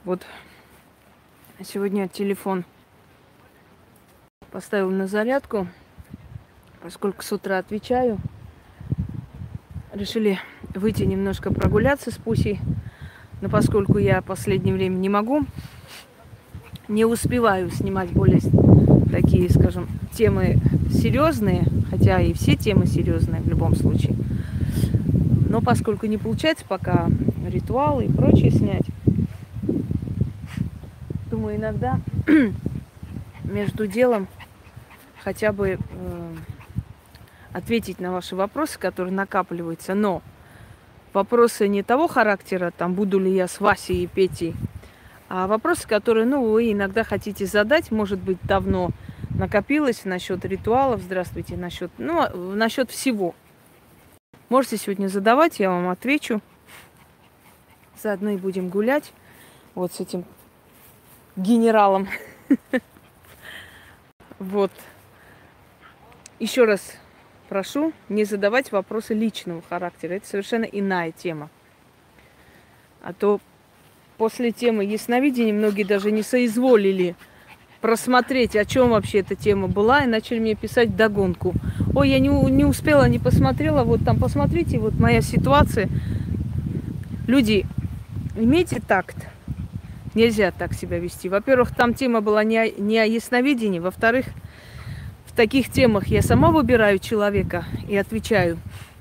Вот сегодня телефон поставил на зарядку, поскольку с утра отвечаю. Решили выйти немножко прогуляться с Пусей, но поскольку я в последнее время не могу, не успеваю снимать более такие, скажем, темы серьезные, хотя и все темы серьезные в любом случае. Но поскольку не получается пока ритуалы и прочее снять, думаю, иногда между делом хотя бы ответить на ваши вопросы, которые накапливаются. Но вопросы не того характера, там, буду ли я с Васей и Петей, а вопросы, которые, вы иногда хотите задать, может быть, давно накопилось насчет ритуалов, здравствуйте, насчет всего. Можете сегодня задавать, я вам отвечу. Заодно и будем гулять вот с этим генералом. Вот. Еще раз прошу не задавать вопросы личного характера. Это совершенно иная тема. А то после темы ясновидения многие даже не соизволили просмотреть, о чем вообще эта тема была, и начали мне писать вдогонку. Ой, я не успела, не посмотрела, вот там посмотрите, вот моя ситуация. Люди, имейте такт. Нельзя так себя вести. Во-первых, там тема была не о ясновидении. Во-вторых, в таких темах я сама выбираю человека и отвечаю.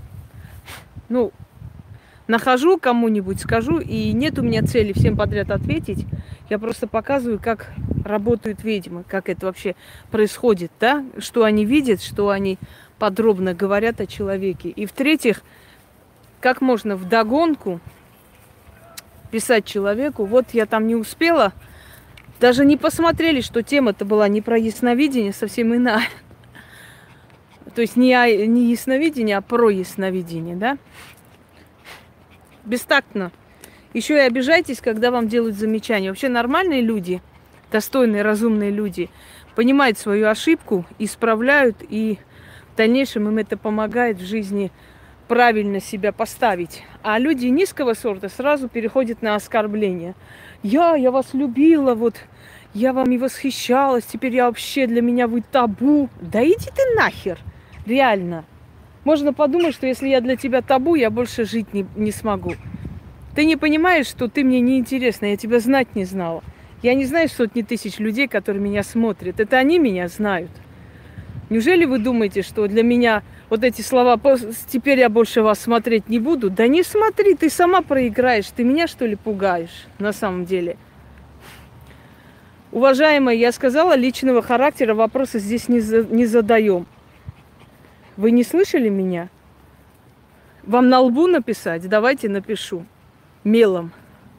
Нахожу кому-нибудь, скажу, и нет у меня цели всем подряд ответить. Я просто показываю, как работают ведьмы, как это вообще происходит, да? Что они видят, что они подробно говорят о человеке. И в-третьих, как можно вдогонку писать человеку, вот я там не успела, даже не посмотрели, что тема-то была не про ясновидение, совсем иная. То есть не ясновидение, а про ясновидение, да? Бестактно. Еще и обижайтесь, когда вам делают замечания. Вообще нормальные люди, достойные, разумные люди, понимают свою ошибку, исправляют, и в дальнейшем им это помогает в жизни правильно себя поставить. А люди низкого сорта сразу переходят на оскорбление. Я вас любила, вот, я вами восхищалась, теперь для меня вы табу. Да иди ты нахер, реально. Можно подумать, что если я для тебя табу, я больше жить не смогу. Ты не понимаешь, что ты мне неинтересна, я тебя знать не знала. Я не знаю сотни тысяч людей, которые меня смотрят. Это они меня знают. Неужели вы думаете, что для меня вот эти слова «теперь я больше вас смотреть не буду»? Да не смотри, ты сама проиграешь. Ты меня, что ли, пугаешь на самом деле? Уважаемая, я сказала, личного характера вопросы здесь не задаем. Вы не слышали меня? Вам на лбу написать? Давайте напишу. Мелом.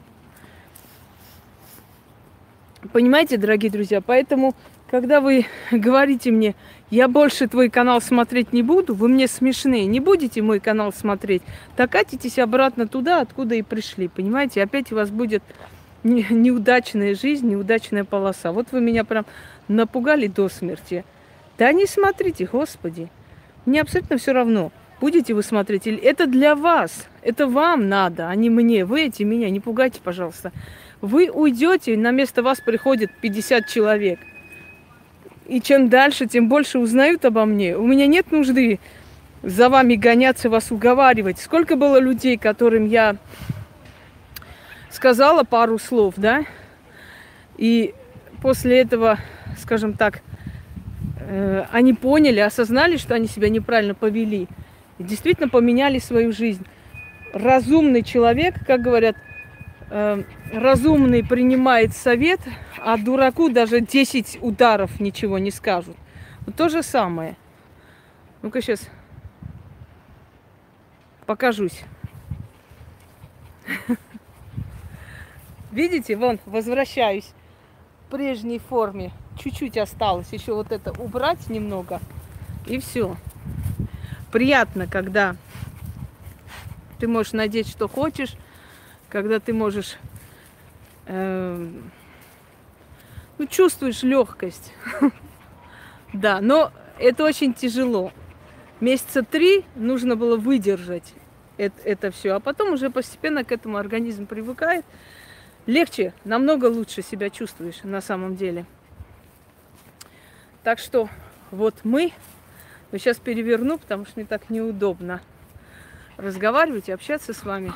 Понимаете, дорогие друзья? Поэтому, когда вы говорите мне, я больше твой канал смотреть не буду, вы мне смешные, не будете мой канал смотреть, так катитесь обратно туда, откуда и пришли. Понимаете? Опять у вас будет неудачная жизнь, неудачная полоса. Вот вы меня прям напугали до смерти. Да не смотрите, Господи. Мне абсолютно все равно, будете вы смотреть или... Это для вас, это вам надо, а не мне. Вы меня не пугайте, пожалуйста. Вы уйдете, на место вас приходит 50 человек. И чем дальше, тем больше узнают обо мне. У меня нет нужды за вами гоняться, вас уговаривать. Сколько было людей, которым я сказала пару слов, да? И после этого, скажем так, они поняли, осознали, что они себя неправильно повели. И действительно поменяли свою жизнь. Разумный человек, как говорят, разумный принимает совет, а дураку даже 10 ударов ничего не скажут. Вот то же самое. Ну-ка сейчас покажусь. Видите, вон, возвращаюсь в прежней форме. Чуть-чуть осталось. Еще вот это убрать немного. И все. Приятно, когда ты можешь надеть, что хочешь. Когда ты можешь... чувствуешь легкость. Да, но это очень тяжело. Месяца 3 нужно было выдержать это все. А потом уже постепенно к этому организм привыкает. легче, намного лучше себя чувствуешь на самом деле. Так что вот мы сейчас переверну, потому что мне так неудобно разговаривать и общаться с вами.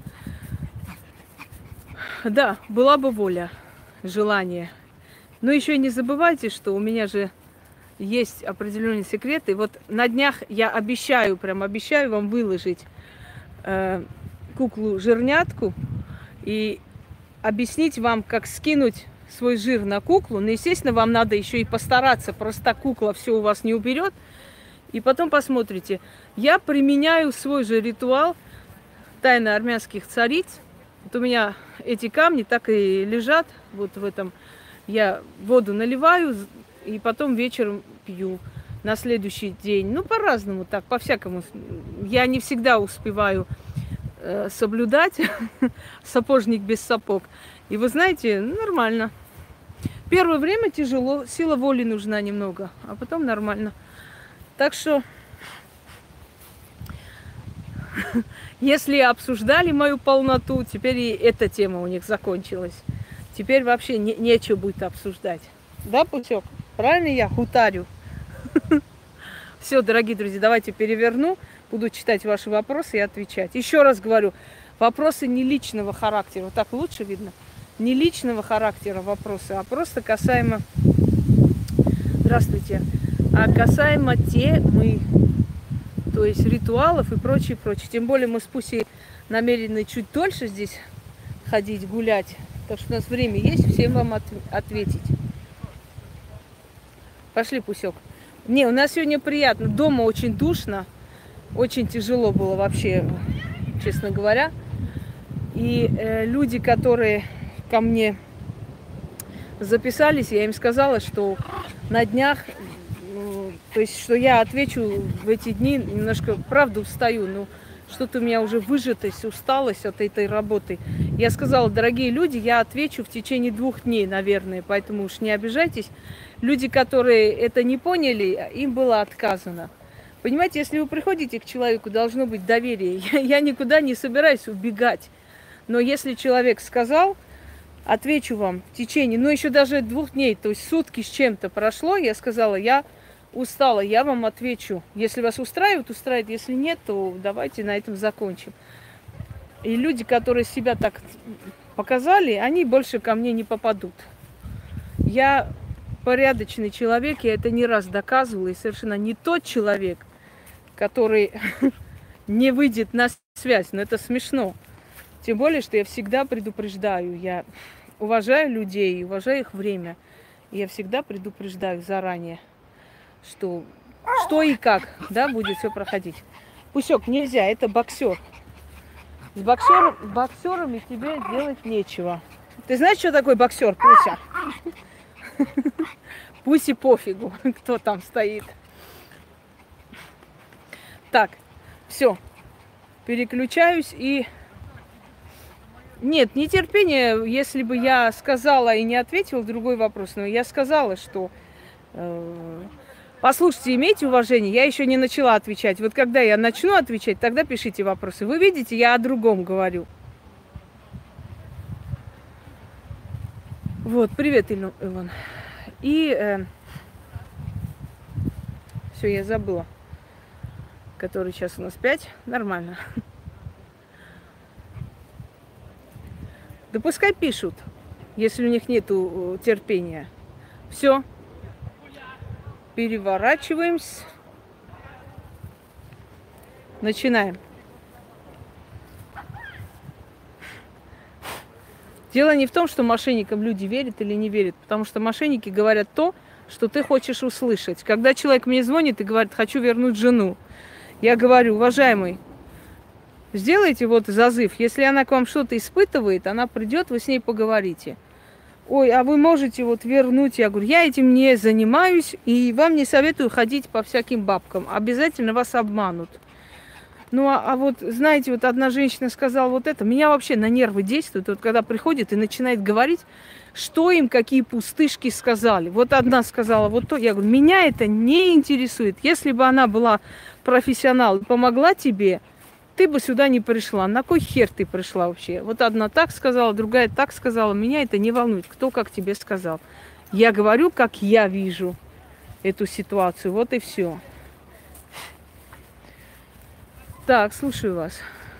Да, была бы воля, желание. Но еще и не забывайте, что у меня же есть определенные секреты. Вот на днях я обещаю, прям обещаю вам выложить куклу-жирнятку и объяснить вам, как скинуть свой жир на куклу. Но, естественно, вам надо еще и постараться. Просто так кукла все у вас не уберет. И потом посмотрите. Я применяю свой же ритуал тайны армянских цариц. Вот у меня эти камни так и лежат вот в этом. Я воду наливаю и потом вечером пью на следующий день. Ну, по-разному так, по-всякому. Я не всегда успеваю соблюдать. Сапожник без сапог. И вы знаете, нормально. Первое время тяжело, сила воли нужна немного, а потом нормально. Так что, если обсуждали мою полноту, теперь и эта тема у них закончилась. Теперь вообще нечего будет обсуждать. Да, Пусек? Правильно я хутарю? Все, дорогие друзья, давайте переверну. Буду читать ваши вопросы и отвечать. Еще раз говорю, вопросы не личного характера. Вот так лучше видно. Не личного характера вопросы, а просто касаемо... Здравствуйте. А касаемо темы, то есть ритуалов и прочее, прочее. Тем более мы с Пусей намерены чуть дольше здесь ходить, гулять. Так что у нас время есть всем вам ответить. Пошли, Пусек. Не, у нас сегодня приятно. Дома очень душно. Очень тяжело было вообще, честно говоря. И люди, которые ко мне записались, я им сказала, что на днях, то есть, что я отвечу в эти дни, немножко, правда, устаю, но что-то у меня уже выжатость, усталость от этой работы. Я сказала, дорогие люди, я отвечу в течение 2 дней, наверное, поэтому уж не обижайтесь. Люди, которые это не поняли, им было отказано. Понимаете, если вы приходите к человеку, должно быть доверие. Я никуда не собираюсь убегать. Но если человек сказал, отвечу вам в течение, ну еще даже 2 дней, то есть сутки с чем-то прошло, я сказала, я устала, я вам отвечу. Если вас устраивает, устраивает. Если нет, то давайте на этом закончим. И люди, которые себя так показали, они больше ко мне не попадут. Я порядочный человек, я это не раз доказывала, и совершенно не тот человек, который не выйдет на связь. Но это смешно. Тем более, что я всегда предупреждаю. Я уважаю людей, уважаю их время. И я всегда предупреждаю заранее, что и как, да, будет все проходить. Пусек, нельзя, это боксер. С боксерами тебе делать нечего. Ты знаешь, что такое боксер, Пуся? Пусе пофигу, кто там стоит. Так, все. Переключаюсь и... Нет, нетерпение, если бы я сказала и не ответила, другой вопрос. Но я сказала, что... Послушайте, имейте уважение, я еще не начала отвечать. Вот когда я начну отвечать, тогда пишите вопросы. Вы видите, я о другом говорю. Вот, привет, Иван. И все, я забыла. Который сейчас у нас 5. Нормально. Да пускай пишут, если у них нету терпения. Все. Переворачиваемся. Начинаем. Дело не в том, что мошенникам люди верят или не верят, потому что мошенники говорят то, что ты хочешь услышать. Когда человек мне звонит и говорит, хочу вернуть жену, я говорю, уважаемый, сделайте вот зазыв. Если она к вам что-то испытывает, она придет, вы с ней поговорите. Ой, а вы можете вот вернуть? Я говорю, я этим не занимаюсь, и вам не советую ходить по всяким бабкам. Обязательно вас обманут. Ну, а вот, знаете, вот одна женщина сказала вот это. Меня вообще на нервы действует, вот когда приходит и начинает говорить, что им какие пустышки сказали. Вот одна сказала вот то. Я говорю, меня это не интересует. Если бы она была профессионал и помогла тебе, ты бы сюда не пришла. На кой хер ты пришла вообще? Вот одна так сказала, другая так сказала. Меня это не волнует. Кто как тебе сказал. Я говорю, как я вижу эту ситуацию. Вот и все. Так, слушаю вас.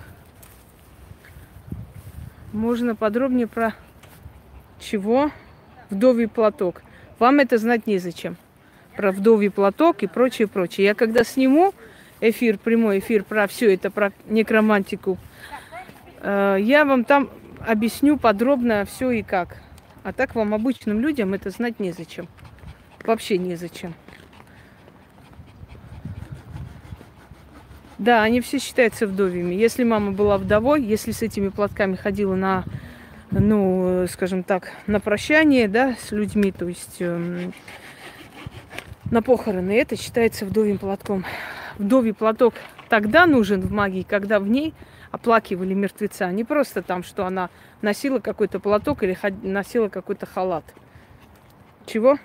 Можно подробнее про чего? Вдовий платок. Вам это знать незачем. Про вдовий платок и прочее, прочее. Я когда сниму эфир, прямой эфир про все это, про некромантику, я вам там объясню подробно все и как. А так вам, обычным людям, это знать незачем. Вообще незачем. Да, они все считаются вдовьями. Если мама была вдовой, если с этими платками ходила на, ну, скажем так, на прощание, да, с людьми, то есть на похороны, это считается вдовьим платком. Вдовий платок тогда нужен в магии, когда в ней оплакивали мертвеца. Не просто там, что она носила какой-то платок или носила какой-то халат. Чего?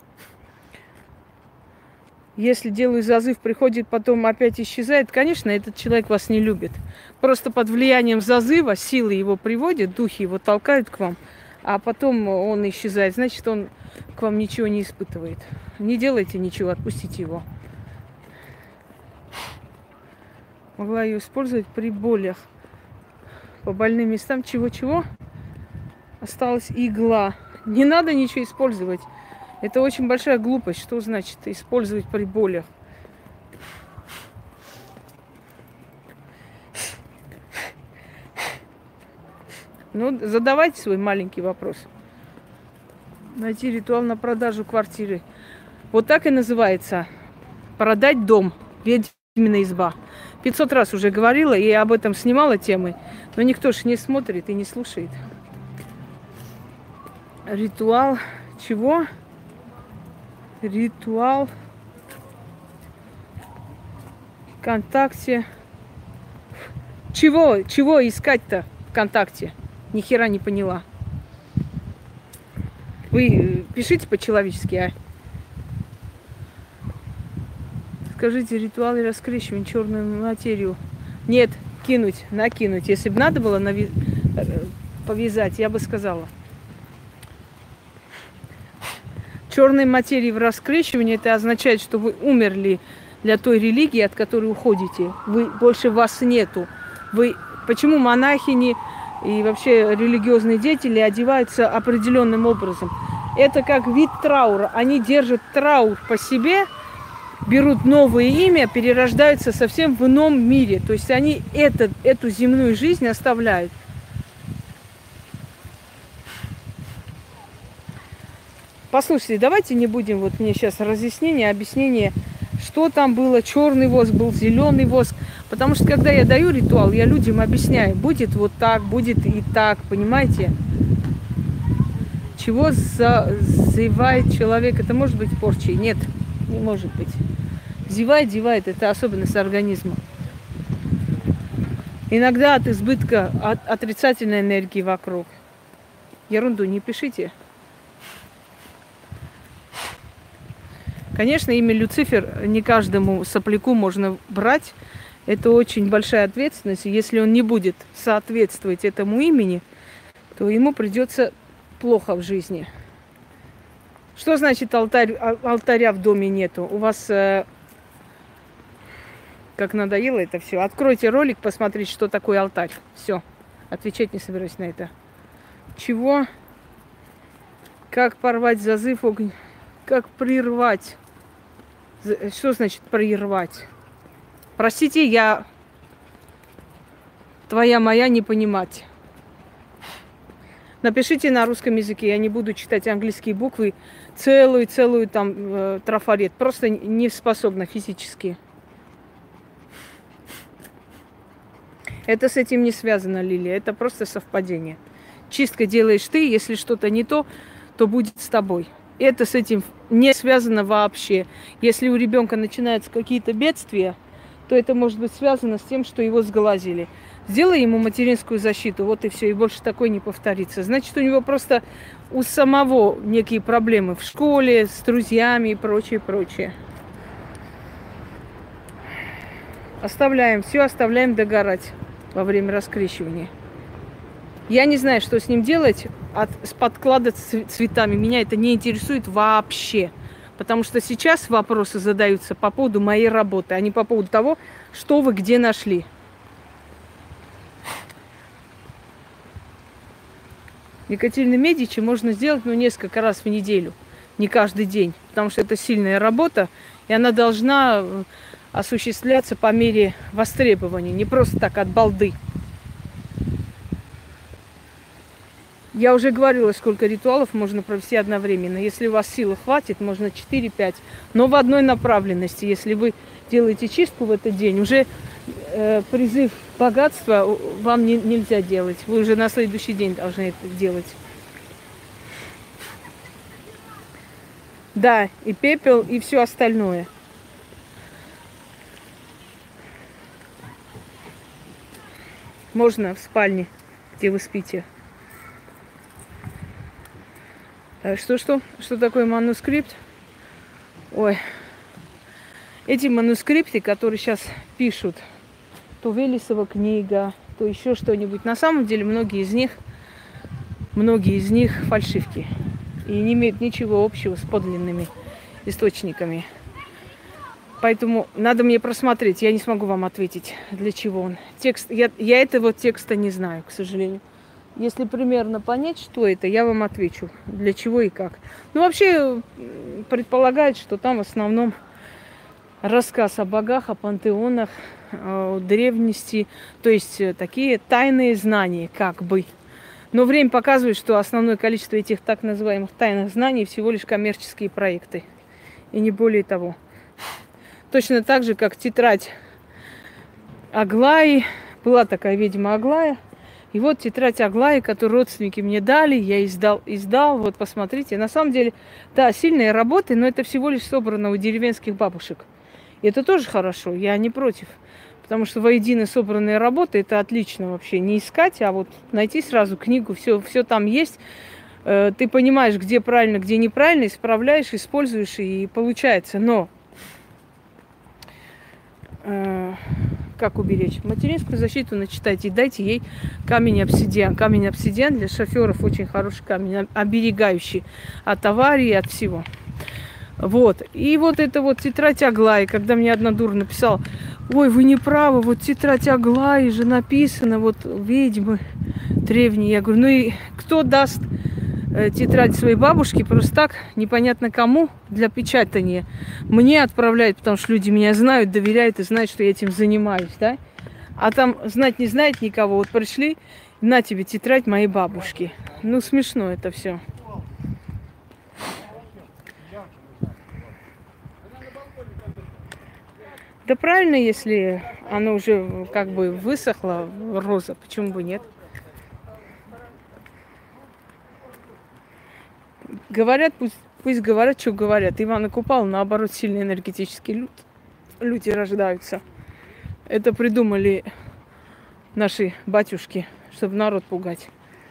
Если делаю зазыв, приходит, потом опять исчезает, конечно, этот человек вас не любит. Просто под влиянием зазыва силы его приводят, духи его толкают к вам, а потом он исчезает. Значит, он к вам ничего не испытывает. Не делайте ничего, отпустите его. Могла ее использовать при болях. По больным местам чего-чего? Осталась игла. Не надо ничего использовать. Это очень большая глупость. Что значит использовать при болях? Ну, задавайте свой маленький вопрос. Найти ритуал на продажу квартиры. Вот так и называется. Продать дом. Ведьмина изба. 500 раз уже говорила и об этом снимала темы. Но никто ж не смотрит и не слушает. Ритуал чего? Ритуал ВКонтакте. Чего искать-то ВКонтакте? Ни хера не поняла. Вы пишите по-человечески, а? Скажите, ритуалы раскрещивания, черную материю. Нет, кинуть, накинуть. Если бы надо было повязать, я бы сказала. Черной материи в раскрещивании, это означает, что вы умерли для той религии, от которой уходите. Больше вас нету. Почему монахини и вообще религиозные деятели одеваются определенным образом? Это как вид траура. Они держат траур по себе, берут новое имя, перерождаются совсем в ином мире. То есть они эту земную жизнь оставляют. Послушайте, давайте не будем, вот мне сейчас разъяснение, объяснение, что там было, черный воск был, зеленый воск. Потому что когда я даю ритуал, я людям объясняю, будет вот так, будет и так, понимаете? Чего зевает человек, это может быть порчей? Нет, не может быть. Зевает, это особенность организма. Иногда от избытка отрицательной энергии вокруг. Ерунду не пишите. Конечно, имя Люцифер не каждому сопляку можно брать. Это очень большая ответственность. Если он не будет соответствовать этому имени, то ему придется плохо в жизни. Что значит алтаря в доме нету? У вас как надоело это все. Откройте ролик, посмотрите, что такое алтарь. Все. Отвечать не собираюсь на это. Чего? Как порвать зазыв огонь? Как прервать? Что значит прервать? Простите, я твоя моя не понимать. Напишите на русском языке, я не буду читать английские буквы, целую там трафарет. Просто не способна физически. Это с этим не связано, Лилия, это просто совпадение. Чистка делаешь ты, если что-то не то, то будет с тобой. Это с этим не связано вообще. Если у ребенка начинаются какие-то бедствия, то это может быть связано с тем, что его сглазили. Сделай ему материнскую защиту, вот и все, и больше такой не повторится. Значит, у него просто у самого некие проблемы в школе, с друзьями и прочее, прочее. Оставляем, все оставляем догорать во время раскрещивания. Я не знаю, что с ним делать, с подклада цветами. Меня это не интересует вообще. Потому что сейчас вопросы задаются по поводу моей работы, а не по поводу того, что вы где нашли. Екатерину Медичи можно сделать, несколько раз в неделю, не каждый день, потому что это сильная работа, и она должна осуществляться по мере востребования, не просто так от балды. Я уже говорила, сколько ритуалов можно провести одновременно. Если у вас силы хватит, можно 4-5, но в одной направленности. Если вы делаете чистку в этот день, уже призыв богатства вам нельзя делать. Вы уже на следующий день должны это делать. Да, и пепел, и все остальное. Можно в спальне, где вы спите. Что такое манускрипт? Ой. Эти манускрипты, которые сейчас пишут, то Велесова книга, то еще что-нибудь. На самом деле многие из них фальшивки. И не имеют ничего общего с подлинными источниками. Поэтому надо мне просмотреть. Я не смогу вам ответить, для чего он. Текст, я этого текста не знаю, к сожалению. Если примерно понять, что это, я вам отвечу, для чего и как. Вообще предполагают, что там в основном рассказ о богах, о пантеонах, о древности, то есть такие тайные знания, как бы. Но время показывает, что основное количество этих так называемых тайных знаний всего лишь коммерческие проекты, и не более того. Точно так же, как тетрадь Аглаи, была такая ведьма Аглая. И вот тетрадь Аглаи, которую родственники мне дали, я издал. Вот посмотрите. На самом деле, да, сильные работы, но это всего лишь собрано у деревенских бабушек. И это тоже хорошо, я не против. Потому что воедино собранные работы, это отлично вообще. Не искать, а вот найти сразу книгу, все там есть. Ты понимаешь, где правильно, где неправильно, исправляешь, используешь, и получается. Но как уберечь? Материнскую защиту начитайте и дайте ей камень обсидиан. Камень обсидиан для шоферов очень хороший камень, оберегающий от аварии, от всего. Вот. И вот это вот тетрадь Аглаи, когда мне одна дура написала: ой, вы не правы, вот тетрадь Аглаи же написана, вот ведьмы древние. Я говорю, и кто даст тетрадь своей бабушки просто так, непонятно кому, для печатания? Мне отправляют, потому что люди меня знают, доверяют и знают, что я этим занимаюсь, да? А там знать не знает никого. Вот пришли, на тебе тетрадь моей бабушки. Смешно это все. Да правильно, если оно уже как бы высохло, роза, почему бы нет? Говорят, пусть говорят, что говорят. Ивана Купала, наоборот, сильные энергетические люди рождаются. Это придумали наши батюшки, чтобы народ пугать.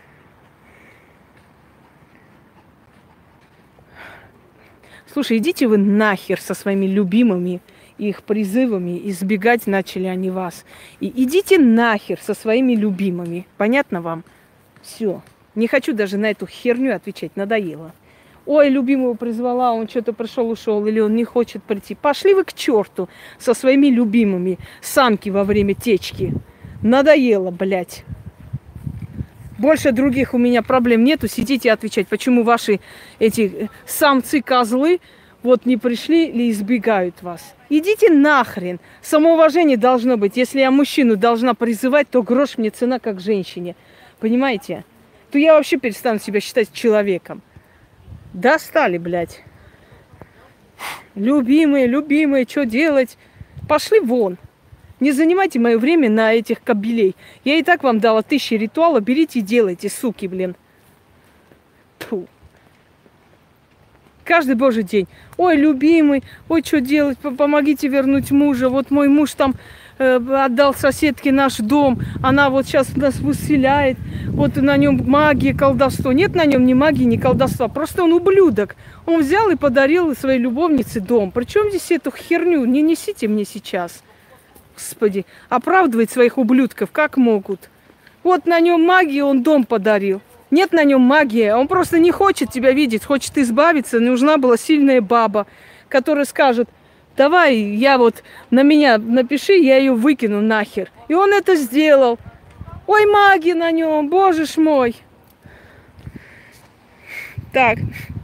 Слушай, идите вы нахер со своими любимыми, их призывами, избегать начали они вас. И идите нахер со своими любимыми. Понятно вам? Все. Не хочу даже на эту херню отвечать, надоело. Ой, любимого призвала, он что-то пришел, ушел, или он не хочет прийти. Пошли вы к черту со своими любимыми, самки во время течки. Надоело, блядь. Больше других у меня проблем нету, сидите и отвечать, почему ваши эти самцы-козлы вот не пришли или избегают вас. Идите нахрен. Самоуважение должно быть. Если я мужчину должна призывать, то грош мне цена как женщине. Понимаете? То я вообще перестану себя считать человеком. Достали, блядь. Любимые, что делать? Пошли вон. Не занимайте мое время на этих кобелей. Я и так вам дала 1000 ритуалов. Берите и делайте, суки, блин. Тьфу. Каждый божий день. Ой, любимый, ой, что делать? Помогите вернуть мужа. Вот мой муж там отдал соседке наш дом. Она вот сейчас нас выселяет. Вот на нем магия, колдовство. Нет на нем ни магии, ни колдовства. Просто он ублюдок. Он взял и подарил своей любовнице дом. Причем здесь эту херню? Не несите мне сейчас. Господи, оправдывать своих ублюдков как могут. Вот на нем магия, он дом подарил. Нет на нем магии, он просто не хочет тебя видеть, хочет избавиться. Нужна была сильная баба, которая скажет: давай, я вот на меня напиши, я ее выкину нахер. И он это сделал. Ой, магия на нем, боже ж мой. Так.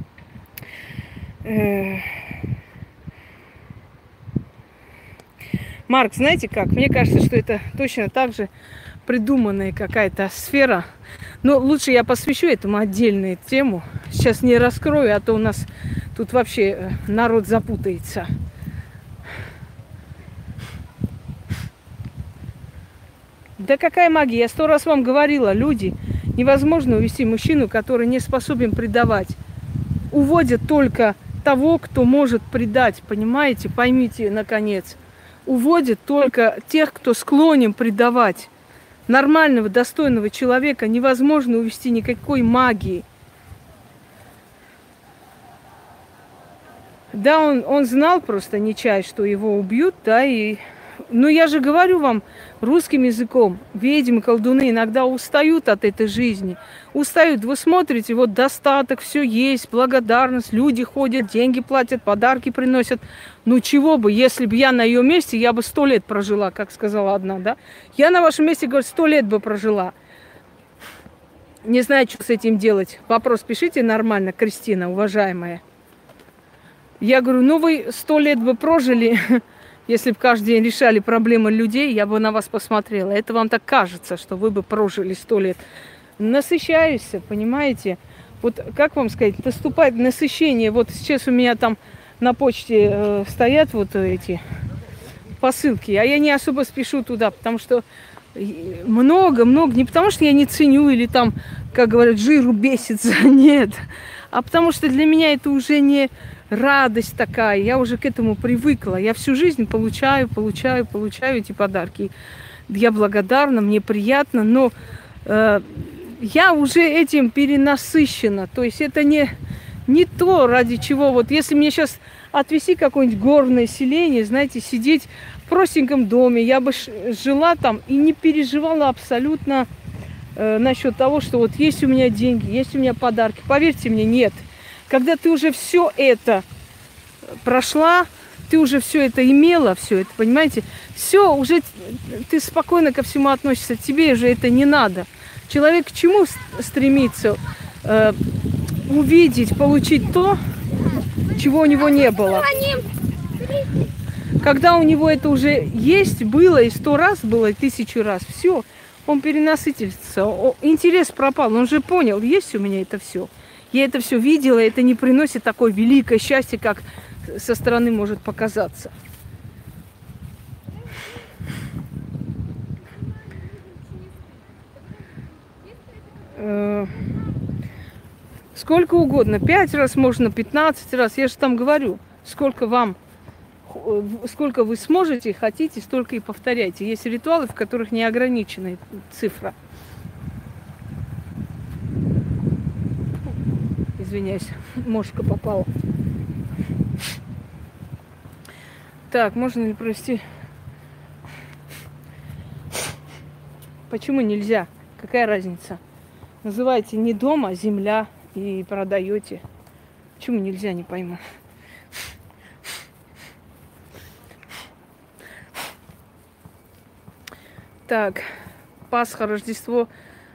Марк, знаете как? Мне кажется, что это точно так же придуманная какая-то сфера. Но лучше я посвящу этому отдельную тему. Сейчас не раскрою, а то у нас тут вообще народ запутается. Да какая магия? Я 100 раз вам говорила, люди, невозможно увести мужчину, который не способен предавать. Уводят только того, кто может предать, понимаете? Поймите, наконец. Уводят только тех, кто склонен предавать. Нормального, достойного человека невозможно увести никакой магией. Да, он знал просто нечаянно, что его убьют, да, и... Но я же говорю вам русским языком, ведьмы, колдуны иногда устают от этой жизни. Устают. Вы смотрите, вот достаток, все есть, благодарность, люди ходят, деньги платят, подарки приносят. Ну чего бы, если бы я на ее месте, я бы 100 лет прожила, как сказала одна, да? Я на вашем месте, говорю, 100 лет бы прожила. Не знаю, что с этим делать. Вопрос пишите нормально, Кристина, уважаемая. Я говорю, ну вы 100 лет бы прожили, если бы каждый день решали проблемы людей, я бы на вас посмотрела. Это вам так кажется, что вы бы прожили 100 лет. Насыщаюсь, понимаете? Вот как вам сказать, наступает насыщение. Вот сейчас у меня там на почте стоят вот эти посылки, а я не особо спешу туда, потому что много, не потому что я не ценю или там, как говорят, жиру бесится, нет, а потому что для меня это уже не радость такая, я уже к этому привыкла, я всю жизнь получаю эти подарки, я благодарна, мне приятно, но я уже этим перенасыщена, то есть это не то, ради чего, вот если мне сейчас отвезти какое-нибудь горное селение, знаете, сидеть в простеньком доме, я бы жила там и не переживала абсолютно насчет того, что вот есть у меня деньги, есть у меня подарки. Поверьте мне, нет. Когда ты уже все это прошла, ты уже все это имела, все это, понимаете, все, уже ты спокойно ко всему относишься, тебе же это не надо. Человек к чему стремится? Увидеть, получить то, чего у него не было. Когда у него это уже есть, было, и 100 раз было, и 1000 раз, все, он перенасытился, интерес пропал, он же понял, есть у меня это все. Я это все видела, это не приносит такое великое счастье, как со стороны может показаться. Сколько угодно, 5 раз можно, 15 раз, я же там говорю, сколько вы сможете, хотите, столько и повторяйте. Есть ритуалы, в которых неограниченная цифра. Извиняюсь, мошка попала. Так, можно ли провести? Почему нельзя? Какая разница? Называйте не дом, а земля и продаете. Почему нельзя, не пойму. Так, Пасха, Рождество.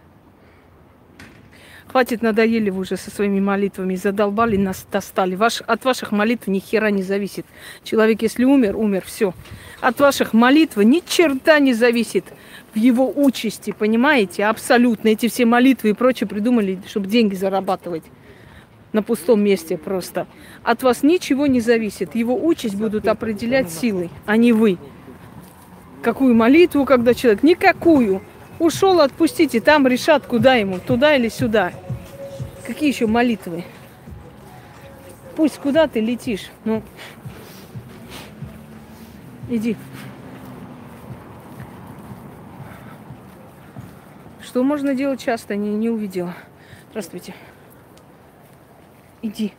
Хватит, надоели вы уже со своими молитвами, задолбали нас, достали. От ваших молитв ни хера не зависит. Человек, если умер, все. От ваших молитв ни черта не зависит в его участи, понимаете? Абсолютно. Эти все молитвы и прочее придумали, чтобы деньги зарабатывать на пустом месте просто. От вас ничего не зависит. Его участь будут определять силой, а не вы. Какую молитву, когда человек? Никакую. Ушел, отпустите, там решат, куда ему, туда или сюда. Какие еще молитвы? Пусть куда ты летишь. Ну, иди. Что можно делать часто, не увидела. Здравствуйте. Иди.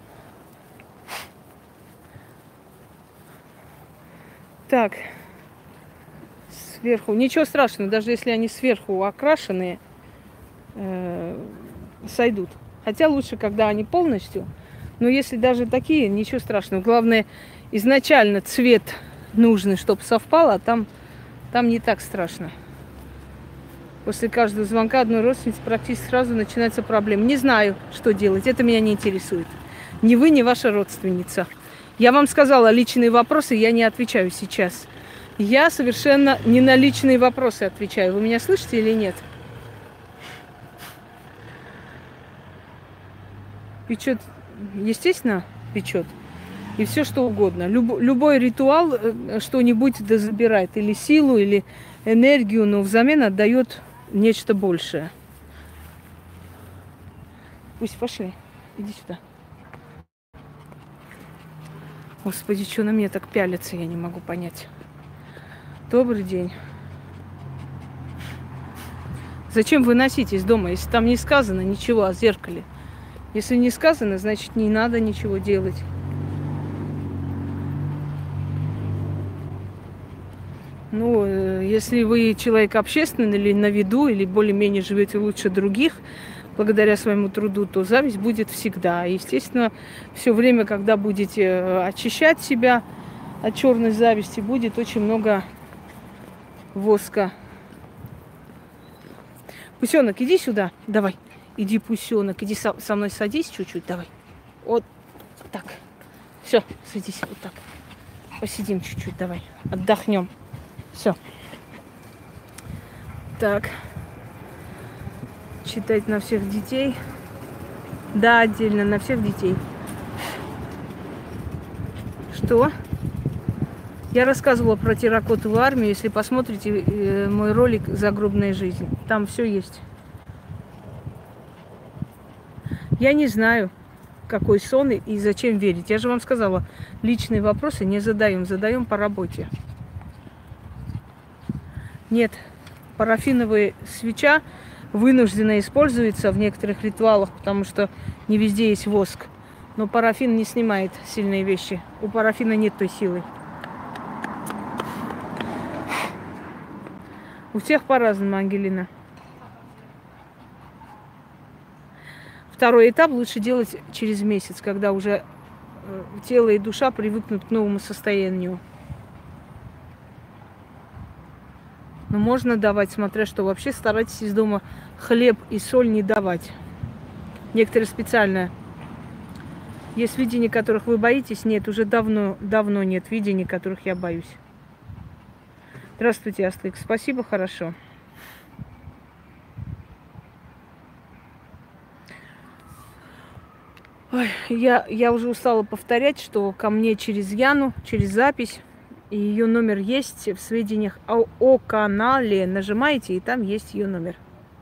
Так. Сверху. Ничего страшного, даже если они сверху окрашенные, сойдут. Хотя лучше, когда они полностью. Но если даже такие, ничего страшного. Главное, изначально цвет нужный, чтобы совпал, а там не так страшно. После каждого звонка одной родственницы практически сразу начинается проблема. Не знаю, что делать. Это меня не интересует. Ни вы, ни ваша родственница. Я вам сказала, личные вопросы я не отвечаю сейчас. Я совершенно не на личные вопросы отвечаю. Вы меня слышите или нет? Печет, естественно, печет. И все что угодно. Любой ритуал что-нибудь да забирает. Или силу, или энергию, но взамен отдает нечто большее. Пусть пошли. Иди сюда. Господи, что на меня так пялится, я не могу понять. Добрый день. Зачем выносить из дома, если там не сказано ничего о зеркале? Если не сказано, значит, не надо ничего делать. Ну, если вы человек общественный или на виду, или более-менее живете лучше других, благодаря своему труду, то зависть будет всегда. Естественно, все время, когда будете очищать себя от черной зависти, будет очень много воска. Пусенок, иди сюда, давай. Иди, пусенок, иди со мной садись чуть-чуть, давай. Вот так. Все, садись вот так. Посидим чуть-чуть, давай. Отдохнем. Все. Так. Читать на всех детей. Да, отдельно на всех детей. Что? Я рассказывала про терракотовую армию. Если посмотрите мой ролик «Загробная жизнь», там все есть. Я не знаю, какой сон и зачем верить. Я же вам сказала, личные вопросы не задаем, задаем по работе. Нет, парафиновая свеча вынужденно используется в некоторых ритуалах, потому что не везде есть воск. Но парафин не снимает сильные вещи. У парафина нет той силы. У всех по-разному, Ангелина. Второй этап лучше делать через месяц, когда уже тело и душа привыкнут к новому состоянию. Но можно давать, смотря что. Вообще старайтесь из дома хлеб и соль не давать. Некоторые специально. Есть видения, которых вы боитесь? Нет, уже давно нет видений, которых я боюсь. Здравствуйте, Астрик. Спасибо, хорошо. Ой, я уже устала повторять, что ко мне через Яну, через запись, и ее номер есть в сведениях о канале. Нажимаете, и там есть ее номер.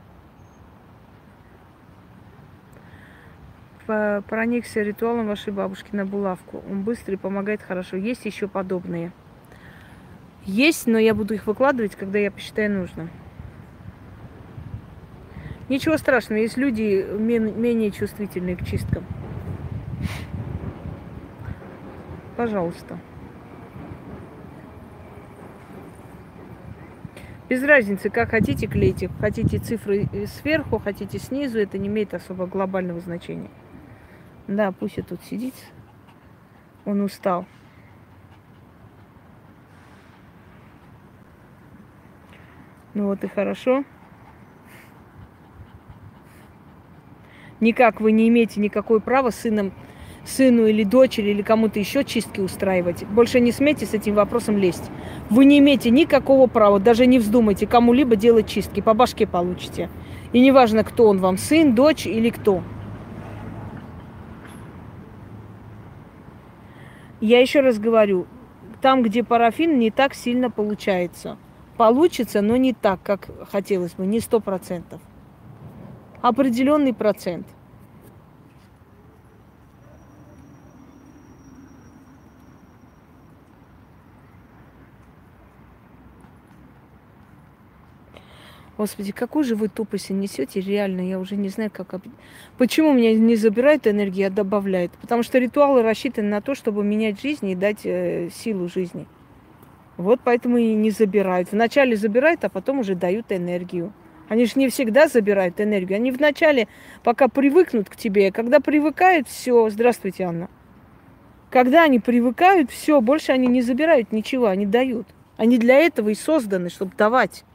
Проникся ритуалом вашей бабушки на булавку. Он быстрый, помогает хорошо. Есть еще подобные. Есть, но я буду их выкладывать, когда я посчитаю нужным. Ничего страшного, есть люди менее чувствительные к чисткам. Пожалуйста. Без разницы, как хотите клейте. Хотите цифры сверху, хотите снизу. Это не имеет особо глобального значения. Да, пусть и тут сидит. Он устал. Ну вот и хорошо. Никак вы не имеете никакое права сыну или дочери или кому-то еще чистки устраивать. Больше не смейте с этим вопросом лезть. Вы не имеете никакого права, даже не вздумайте кому-либо делать чистки. По башке получите. И неважно, кто он вам, сын, дочь или кто. Я еще раз говорю, там, где парафин, не так сильно получается. Получится, но не так, как хотелось бы, не 100%. Определенный процент. Господи, какую же вы тупость несете, реально, я уже не знаю, как... Почему меня не забирают энергию, а добавляют? Потому что ритуалы рассчитаны на то, чтобы менять жизнь и дать силу жизни. Вот поэтому и не забирают. Вначале забирают, а потом уже дают энергию. Они же не всегда забирают энергию. Они вначале, пока привыкнут к тебе, когда привыкают, все, здравствуйте, Анна. Когда они привыкают, все, больше они не забирают ничего, они дают. Они для этого и созданы, чтобы давать.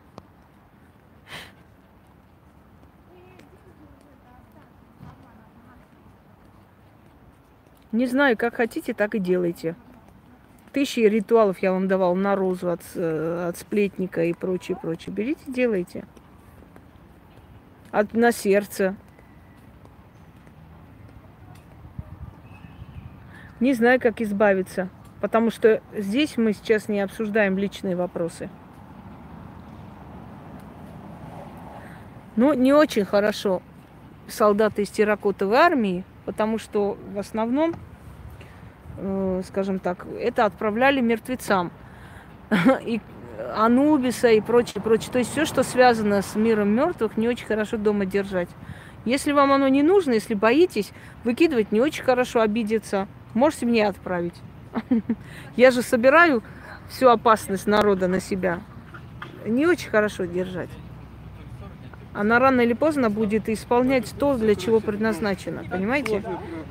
Не знаю, как хотите, так и делайте. 1000 ритуалов я вам давал на розу от сплетника и прочее, прочее. Берите, делайте. На сердце. Не знаю, как избавиться. Потому что здесь мы сейчас не обсуждаем личные вопросы. Но не очень хорошо солдаты из терракотовой армии, потому что в основном, скажем так, это отправляли мертвецам. И Анубиса и прочее, прочее. То есть все, что связано с миром мертвых, не очень хорошо дома держать. Если вам оно не нужно, если боитесь, выкидывать не очень хорошо, обидеться. Можете мне отправить. Я же собираю всю опасность народа на себя. Не очень хорошо держать. Она рано или поздно будет исполнять то, для чего предназначена. Понимаете?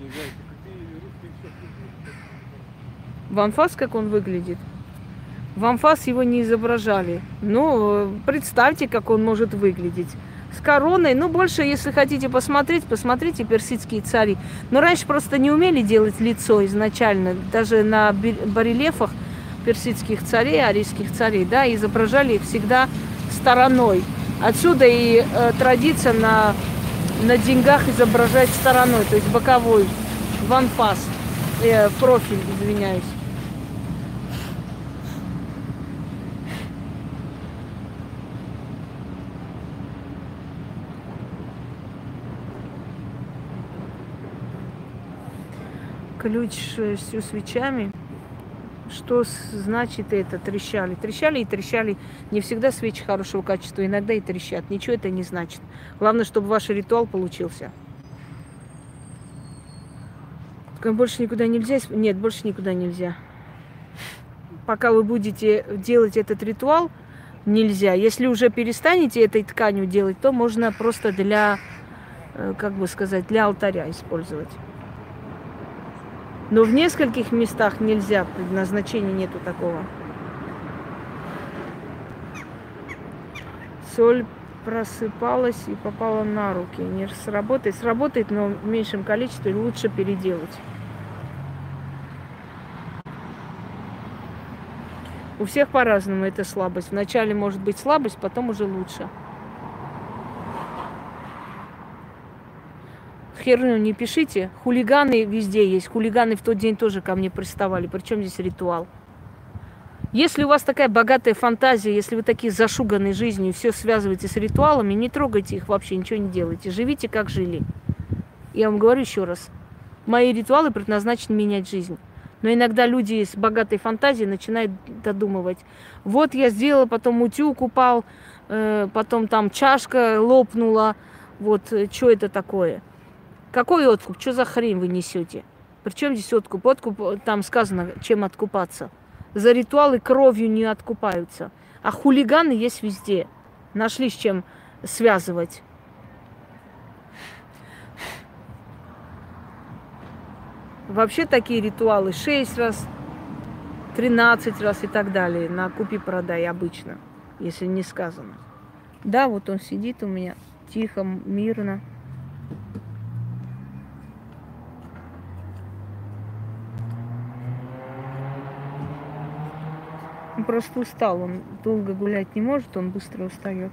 В анфас, как он выглядит? В анфас его не изображали. Но представьте, как он может выглядеть. С короной, ну, больше, если хотите посмотреть, посмотрите персидские цари. Но раньше просто не умели делать лицо изначально. Даже на барельефах персидских царей, арийских царей, да, изображали их всегда стороной. Отсюда и традиция на деньгах изображать стороной, то есть боковой, в анфас, профиль, извиняюсь. Ключ с свечами. Что значит это? Трещали. Трещали и трещали. Не всегда свечи хорошего качества, иногда и трещат. Ничего это не значит. Главное, чтобы ваш ритуал получился. Больше никуда нельзя? Нет, больше никуда нельзя. Пока вы будете делать этот ритуал, нельзя. Если уже перестанете этой тканью делать, то можно просто для, как бы сказать, для алтаря использовать. Но в нескольких местах нельзя, предназначения нету такого. Соль просыпалась и попала на руки. Не сработает. Сработает, но в меньшем количестве, лучше переделать. У всех по-разному эта слабость. Вначале может быть слабость, потом уже лучше. Херню не пишите. Хулиганы везде есть. Хулиганы в тот день тоже ко мне приставали. Причем здесь ритуал? Если у вас такая богатая фантазия, если вы такие зашуганные жизнью, все связываете с ритуалами, не трогайте их вообще, ничего не делайте. Живите, как жили. Я вам говорю еще раз. Мои ритуалы предназначены менять жизнь. Но иногда люди с богатой фантазией начинают додумывать. Вот я сделала, потом утюг упал, потом там чашка лопнула. Вот, что это такое? Какой откуп? Что за хрень вы несете? Причем здесь откуп? Откуп, там сказано, чем откупаться. За ритуалы кровью не откупаются. А хулиганы есть везде. Нашли с чем связывать. Вообще такие ритуалы 6 раз, 13 раз и так далее. На купи-продай обычно, если не сказано. Да, вот он сидит у меня тихо, мирно. Он просто устал, он долго гулять не может, он быстро устает.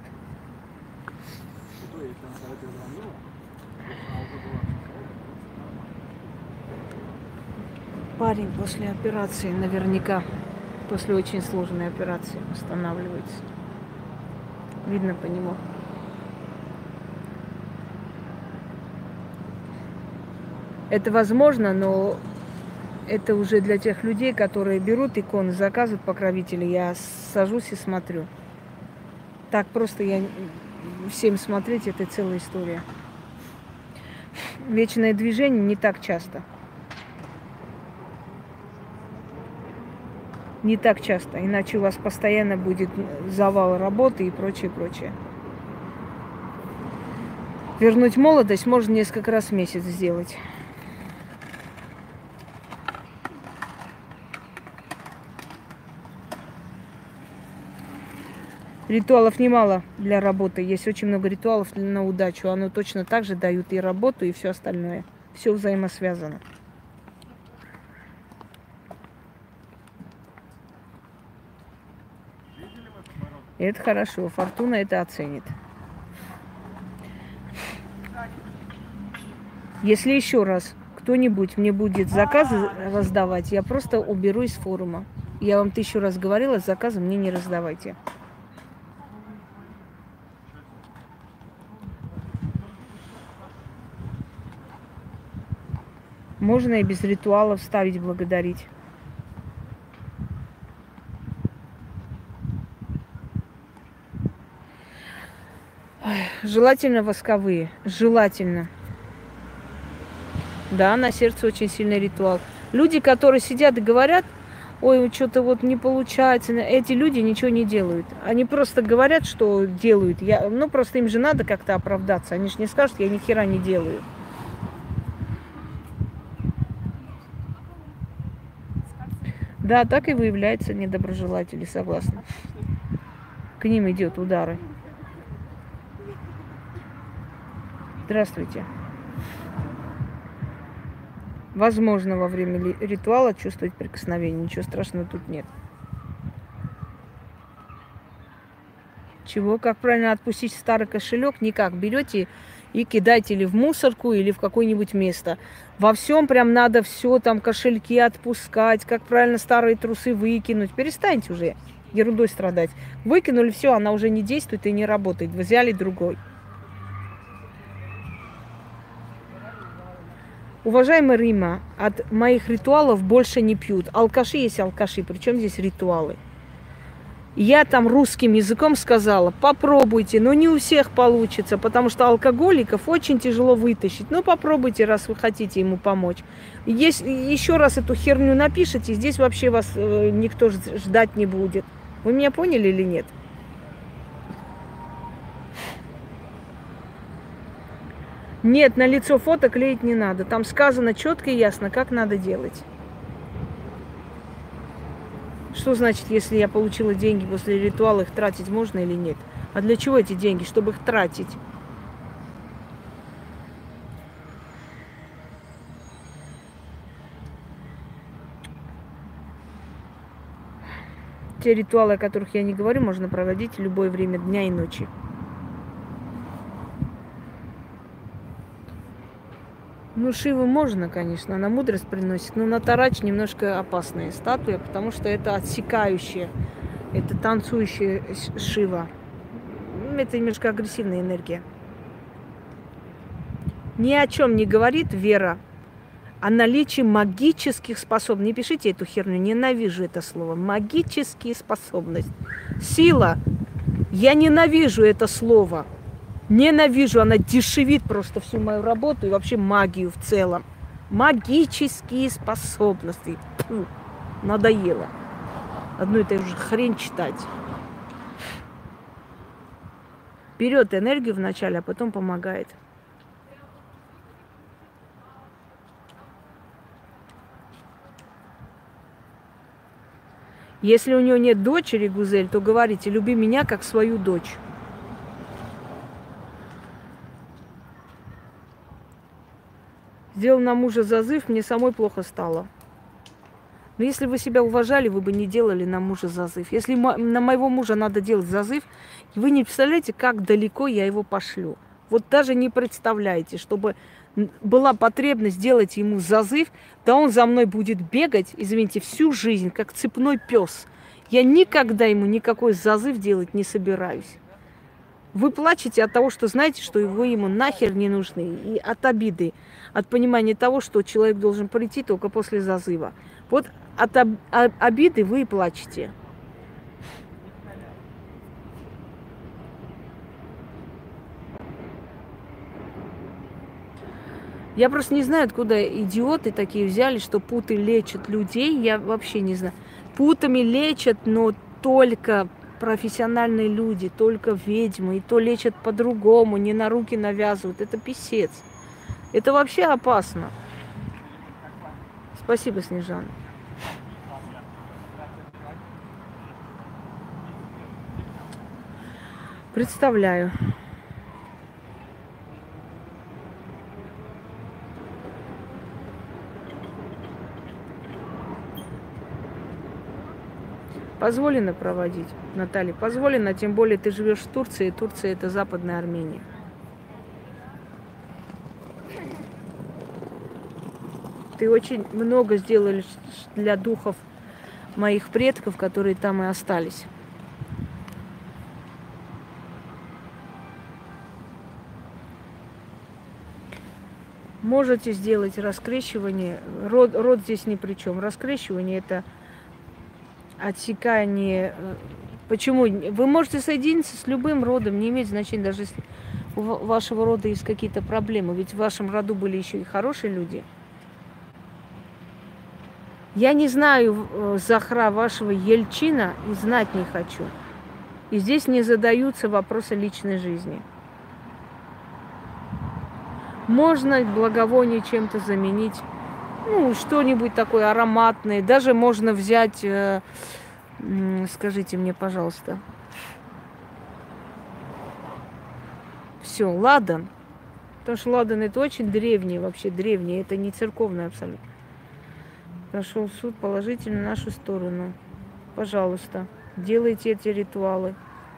Парень после операции наверняка, после очень сложной операции восстанавливается. Видно по нему. Это возможно, но это уже для тех людей, которые берут иконы, заказывают покровителей. Я сажусь и смотрю. Так просто я всем смотреть, это целая история. Вечное движение не так часто. Не так часто, иначе у вас постоянно будет завал работы и прочее, прочее. Вернуть молодость можно несколько раз в месяц сделать. Ритуалов немало для работы. Есть очень много ритуалов на удачу. Оно точно так же дают и работу, и все остальное. Все взаимосвязано. И это хорошо. Фортуна это оценит. Если еще раз кто-нибудь мне будет заказы раздавать, я просто уберу из форума. Я вам 1000 раз говорила, заказы мне не раздавайте. Можно и без ритуалов ставить благодарить. Желательно восковые. Желательно. Да, на сердце очень сильный ритуал. Люди, которые сидят и говорят, ой, что-то вот не получается, эти люди ничего не делают. Они просто говорят, что делают. Ну, просто им же надо как-то оправдаться. Они же не скажут, я ни хера не делаю. Да, так и выявляются недоброжелатели, согласна. К ним идет удары. Здравствуйте. Возможно, во время ритуала чувствовать прикосновение. Ничего страшного тут нет. Чего? Как правильно отпустить старый кошелек? Никак. Берете и кидайте или в мусорку, или в какое-нибудь место. Во всем прям надо все, там кошельки отпускать, как правильно старые трусы выкинуть. Перестаньте уже ерундой страдать. Выкинули, все, она уже не действует и не работает. Взяли другой. Уважаемая Рима, от моих ритуалов больше не пьют. Алкаши есть алкаши, причем здесь ритуалы. Я там русским языком сказала, попробуйте, но не у всех получится, потому что алкоголиков очень тяжело вытащить. Ну, попробуйте, раз вы хотите ему помочь. Если еще раз эту херню напишите, здесь вообще вас никто ждать не будет. Вы меня поняли или нет? Нет, на лицо фото клеить не надо. Там сказано четко и ясно, как надо делать. Что значит, если я получила деньги после ритуала, их тратить можно или нет? А для чего эти деньги? Чтобы их тратить. Те ритуалы, о которых я не говорю, можно проводить в любое время дня и ночи. Ну, Шиву можно, конечно, она мудрость приносит, но Натарач немножко опасная статуя, потому что это отсекающая, это танцующая Шива. Это немножко агрессивная энергия. Ни о чем не говорит вера о наличии магических способностей. Не пишите эту херню, ненавижу это слово. Магические способности. Сила. Я ненавижу это слово. Ненавижу, она дешевит просто всю мою работу и вообще магию в целом. Магические способности. Фу, надоело. Одну это уже хрень читать. Берет энергию вначале, а потом помогает. Если у нее нет дочери, Гузель, то говорите, люби меня как свою дочь. Сделал на мужа зазыв, мне самой плохо стало. Но если вы себя уважали, вы бы не делали на мужа зазыв. Если на моего мужа надо делать зазыв, вы не представляете, как далеко я его пошлю. Вот даже не представляете, чтобы была потребность сделать ему зазыв, да он за мной будет бегать, извините, всю жизнь, как цепной пес. Я никогда ему никакой зазыв делать не собираюсь. Вы плачете от того, что знаете, что вы ему нахер не нужны. И от обиды, от понимания того, что человек должен прийти только после зазыва. Вот от обиды вы и плачете. Я просто не знаю, откуда идиоты такие взяли, что путы лечат людей. Я вообще не знаю. Путами лечат, но только профессиональные люди, только ведьмы. И то лечат по-другому, не на руки навязывают. Это писец. Это вообще опасно. Спасибо, Снежана. Представляю. Позволено проводить, Наталья, позволено, тем более ты живешь в Турции, Турция это Западная Армения. Ты очень много сделали для духов моих предков, которые там и остались. Можете сделать раскрещивание, род здесь ни при чем. Раскрещивание это отсекание. Почему? Вы можете соединиться с любым родом, не имеет значения, даже если у вашего рода есть какие-то проблемы. Ведь в вашем роду были еще и хорошие люди. Я не знаю Захра вашего Ельчина и знать не хочу. И здесь не задаются вопросы личной жизни. Можно благовоние чем-то заменить. Ну, что-нибудь такое ароматное. Даже можно взять, скажите мне, пожалуйста. Все, ладан. Потому что ладан это очень древний, вообще древний. Это не церковный абсолютно. Прошел суд положительно на нашу сторону. Пожалуйста, делайте эти ритуалы.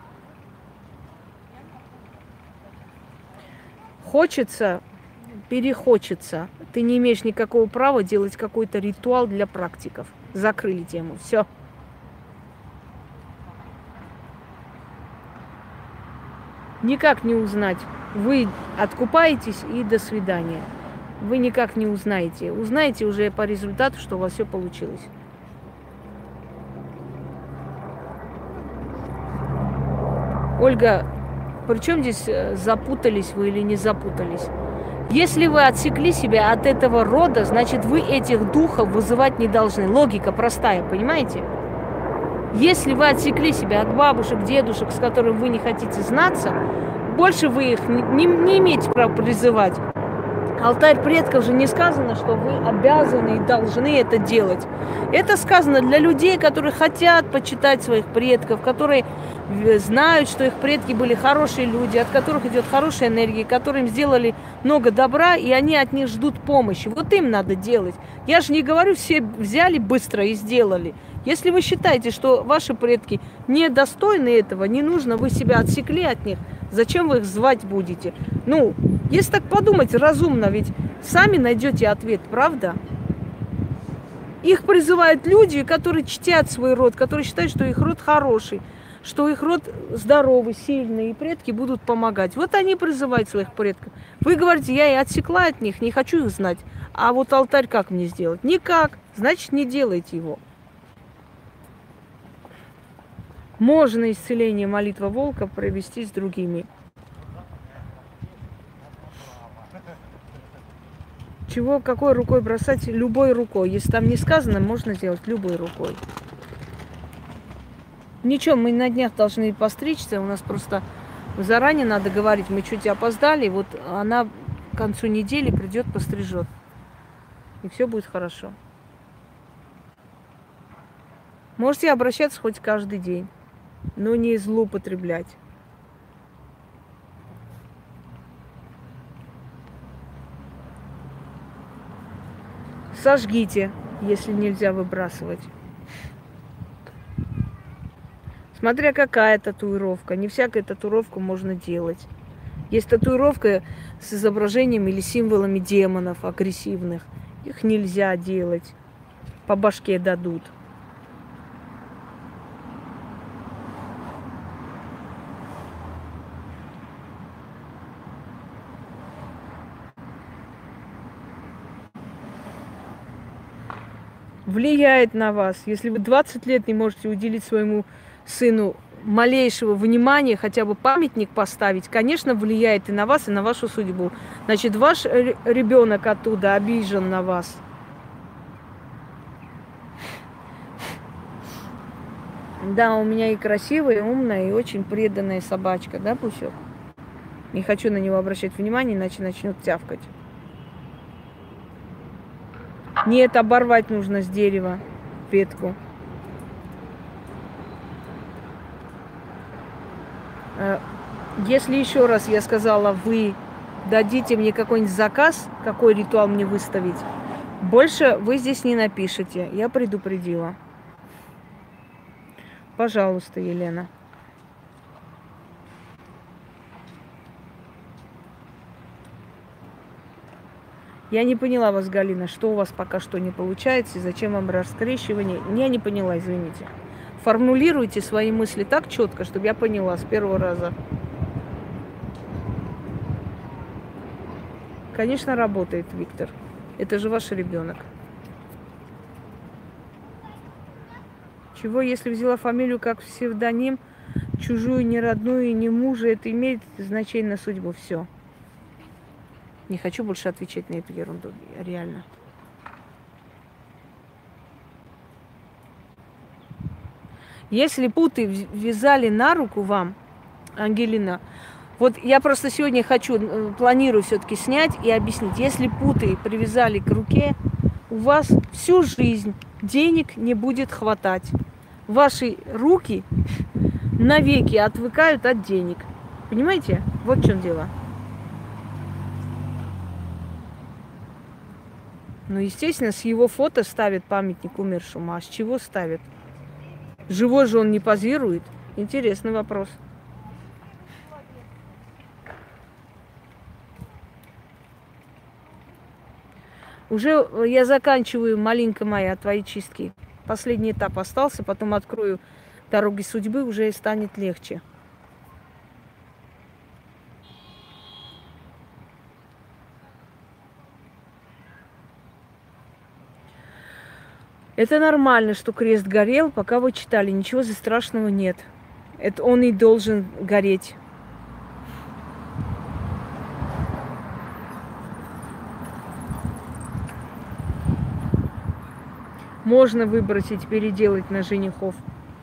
Хочется, перехочется. Ты не имеешь никакого права делать какой-то ритуал для практиков. Закрыли тему. Все. Никак не узнать. Вы откупаетесь и до свидания. Вы никак не узнаете. Узнаете уже по результату, что у вас все получилось. Ольга, при чем здесь запутались вы или не запутались? Если вы отсекли себя от этого рода, значит, вы этих духов вызывать не должны. Логика простая, понимаете? Если вы отсекли себя от бабушек, дедушек, с которыми вы не хотите знаться, больше вы их не имеете права призывать. Алтарь предков же не сказано, что вы обязаны и должны это делать. Это сказано для людей, которые хотят почитать своих предков, которые знают, что их предки были хорошие люди, от которых идет хорошая энергия, которым сделали много добра, и они от них ждут помощи. Вот им надо делать. Я же не говорю, все взяли быстро и сделали. Если вы считаете, что ваши предки недостойны этого, не нужно, вы себя отсекли от них, зачем вы их звать будете? Ну, если так подумать разумно, ведь сами найдете ответ, правда? Их призывают люди, которые чтят свой род, которые считают, что их род хороший, что их род здоровый, сильный, и предки будут помогать. Вот они призывают своих предков. Вы говорите, я и отсекла от них, не хочу их знать. А вот алтарь как мне сделать? Никак. Значит, не делайте его. Можно исцеление молитва волка провести с другими. Чего, какой рукой бросать? Любой рукой. Если там не сказано, можно сделать любой рукой. Ничего, мы на днях должны постричься. У нас просто заранее надо говорить. Мы чуть опоздали. Вот она к концу недели придет, пострижет. И все будет хорошо. Можете обращаться хоть каждый день. Но не злоупотреблять. Сожгите, если нельзя выбрасывать. Смотря какая татуировка. Не всякую татуировку можно делать. Есть татуировка с изображением или символами демонов агрессивных. Их нельзя делать. По башке дадут. Влияет на вас. Если вы 20 лет не можете уделить своему сыну малейшего внимания, хотя бы памятник поставить, конечно, влияет и на вас, и на вашу судьбу. Значит, ваш ребенок оттуда обижен на вас. Да, у меня и красивая, и умная, и очень преданная собачка, да, Пусек? Не хочу на него обращать внимание, иначе начнет тявкать. Нет, оборвать нужно с дерева ветку. Если еще раз я сказала, вы дадите мне какой-нибудь заказ, какой ритуал мне выставить, больше вы здесь не напишите. Я предупредила. Пожалуйста, Елена. Я не поняла вас, Галина, что у вас пока что не получается, и зачем вам раскрещивание. Я не поняла, извините. Формулируйте свои мысли так четко, чтобы я поняла с первого раза. Конечно, работает, Виктор. Это же ваш ребенок. Чего, если взяла фамилию как псевдоним, чужую, не родную, не мужа, это имеет значение на судьбу. Все. Не хочу больше отвечать на эту ерунду, реально. Если путы вязали на руку вам, Ангелина, вот я просто сегодня планирую все-таки снять и объяснить. Если путы привязали к руке, у вас всю жизнь денег не будет хватать. Ваши руки навеки отвыкают от денег. Понимаете? Вот в чем дело. Ну, естественно, с его фото ставят памятник умершему. А с чего ставят? Живой же он не позирует? Интересный вопрос. Уже я заканчиваю, маленька моя, твои чистки. Последний этап остался, потом открою дороги судьбы, уже станет легче. Это нормально, что крест горел, пока вы читали. Ничего страшного нет. Это он и должен гореть. Можно выбросить, переделать на женихов.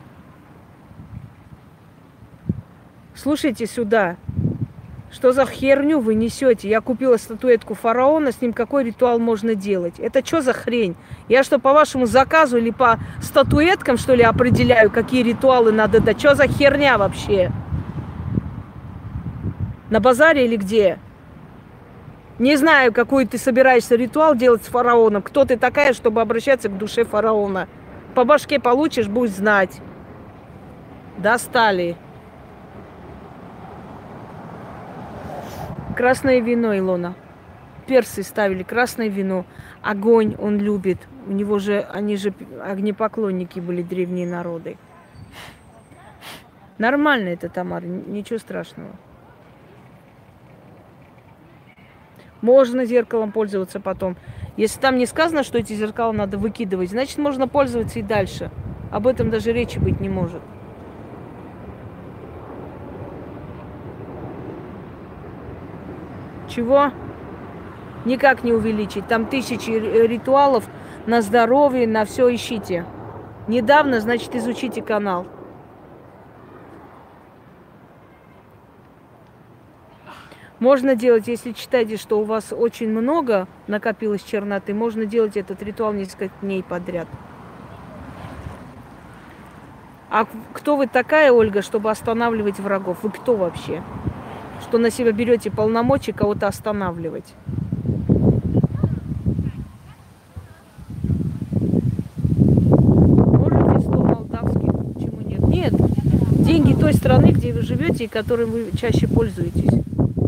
Слушайте сюда. Что за херню вы несете? Я купила статуэтку фараона, с ним какой ритуал можно делать? Это что за хрень? Я что, по вашему заказу или по статуэткам, что ли, определяю, какие ритуалы надо дать? Что за херня вообще? На базаре или где? Не знаю, какой ты собираешься ритуал делать с фараоном. Кто ты такая, чтобы обращаться к душе фараона? По башке получишь, будешь знать. Достали. Красное вино, Илона. Персы ставили красное вино. Огонь он любит. У него же, они же огнепоклонники были, древние народы. Нормально это, Тамара, ничего страшного. Можно зеркалом пользоваться потом. Если там не сказано, что эти зеркала надо выкидывать, значит, можно пользоваться и дальше. Об этом даже речи быть не может. Чего? Никак не увеличить. Там тысячи ритуалов на здоровье, на все ищите. Недавно, значит, изучите канал. Можно делать, если считаете, что у вас очень много накопилось черноты, можно делать этот ритуал несколько дней подряд. А кто вы такая, Ольга, чтобы останавливать врагов? Вы кто вообще? Что на себя берете полномочия кого-то останавливать? Можете стол молдавский, почему нет? Нет, деньги той страны, где вы живете и которой вы чаще пользуетесь.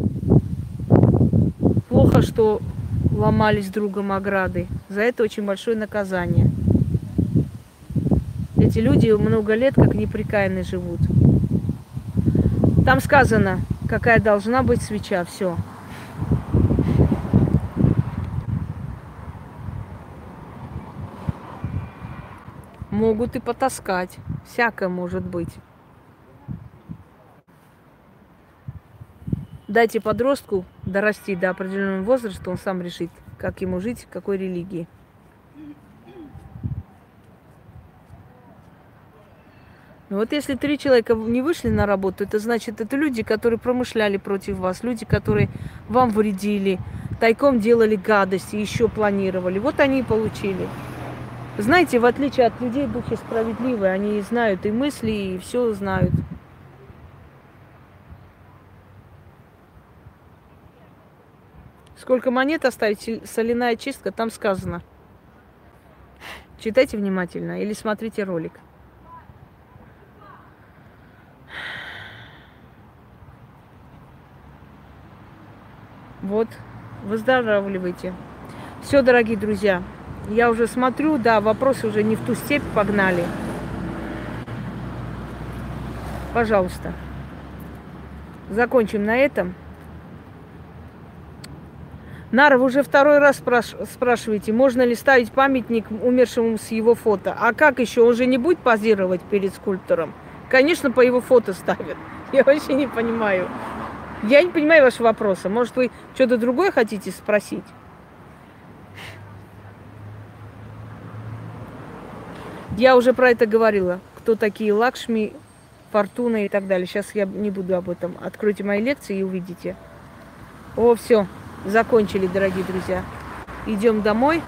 Плохо, что ломались другом ограды. За это очень большое наказание. Эти люди много лет как непрекаянно живут. Там сказано, какая должна быть свеча. Все. Могут и потаскать. Всякое может быть. Дайте подростку дорасти до определенного возраста, он сам решит, как ему жить, в какой религии. Ну вот если 3 человека не вышли на работу, это значит, это люди, которые промышляли против вас, люди, которые вам вредили, тайком делали гадости, еще планировали. Вот они и получили. Знаете, в отличие от людей, духи справедливые, они знают и мысли, и все знают. Сколько монет оставить, соляная чистка, там сказано. Читайте внимательно или смотрите ролик. Вот, выздоравливайте. Все, дорогие друзья, я уже смотрю, да, вопросы уже не в ту степь погнали. Пожалуйста, закончим на этом. Нара, вы уже второй раз спрашиваете, можно ли ставить памятник умершему с его фото. А как еще? Он же не будет позировать перед скульптором. Конечно, по его фото ставят. Я вообще не понимаю. Я не понимаю вашего вопроса. Может, вы что-то другое хотите спросить? Я уже про это говорила. Кто такие Лакшми, Фортуна и так далее. Сейчас я не буду об этом. Откройте мои лекции и увидите. О, все. Закончили, дорогие друзья. Идем домой.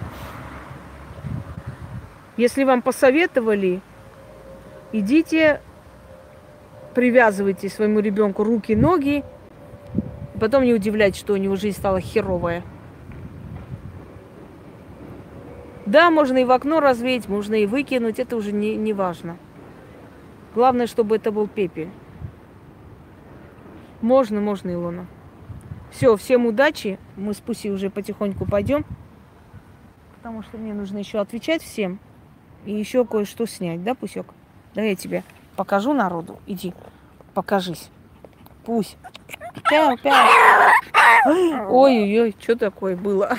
Если вам посоветовали, идите, привязывайте своему ребенку руки, ноги. Потом не удивляйтесь, что у него жизнь стала херовая. Да, можно и в окно развеять, можно и выкинуть. Это уже не важно. Главное, чтобы это был пепель. Можно, Илона. Все, всем удачи. Мы с Пусей уже потихоньку пойдем. Потому что мне нужно еще отвечать всем. И еще кое-что снять, да, Пусек? Да, я тебе покажу народу. Иди, покажись. Пусть. Ой-ой-ой, что такое было?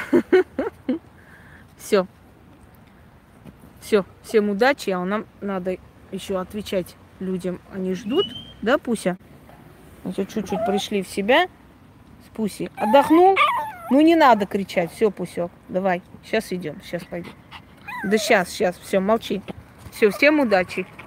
Все. Все, всем удачи, а нам надо еще отвечать людям. Они ждут, да, Пуся? Мы чуть-чуть пришли в себя. Пуси, отдохнул? Ну не надо кричать. Все, Пусек, давай. Сейчас идем, сейчас пойдем. Да сейчас, все, молчи. Все, всем удачи.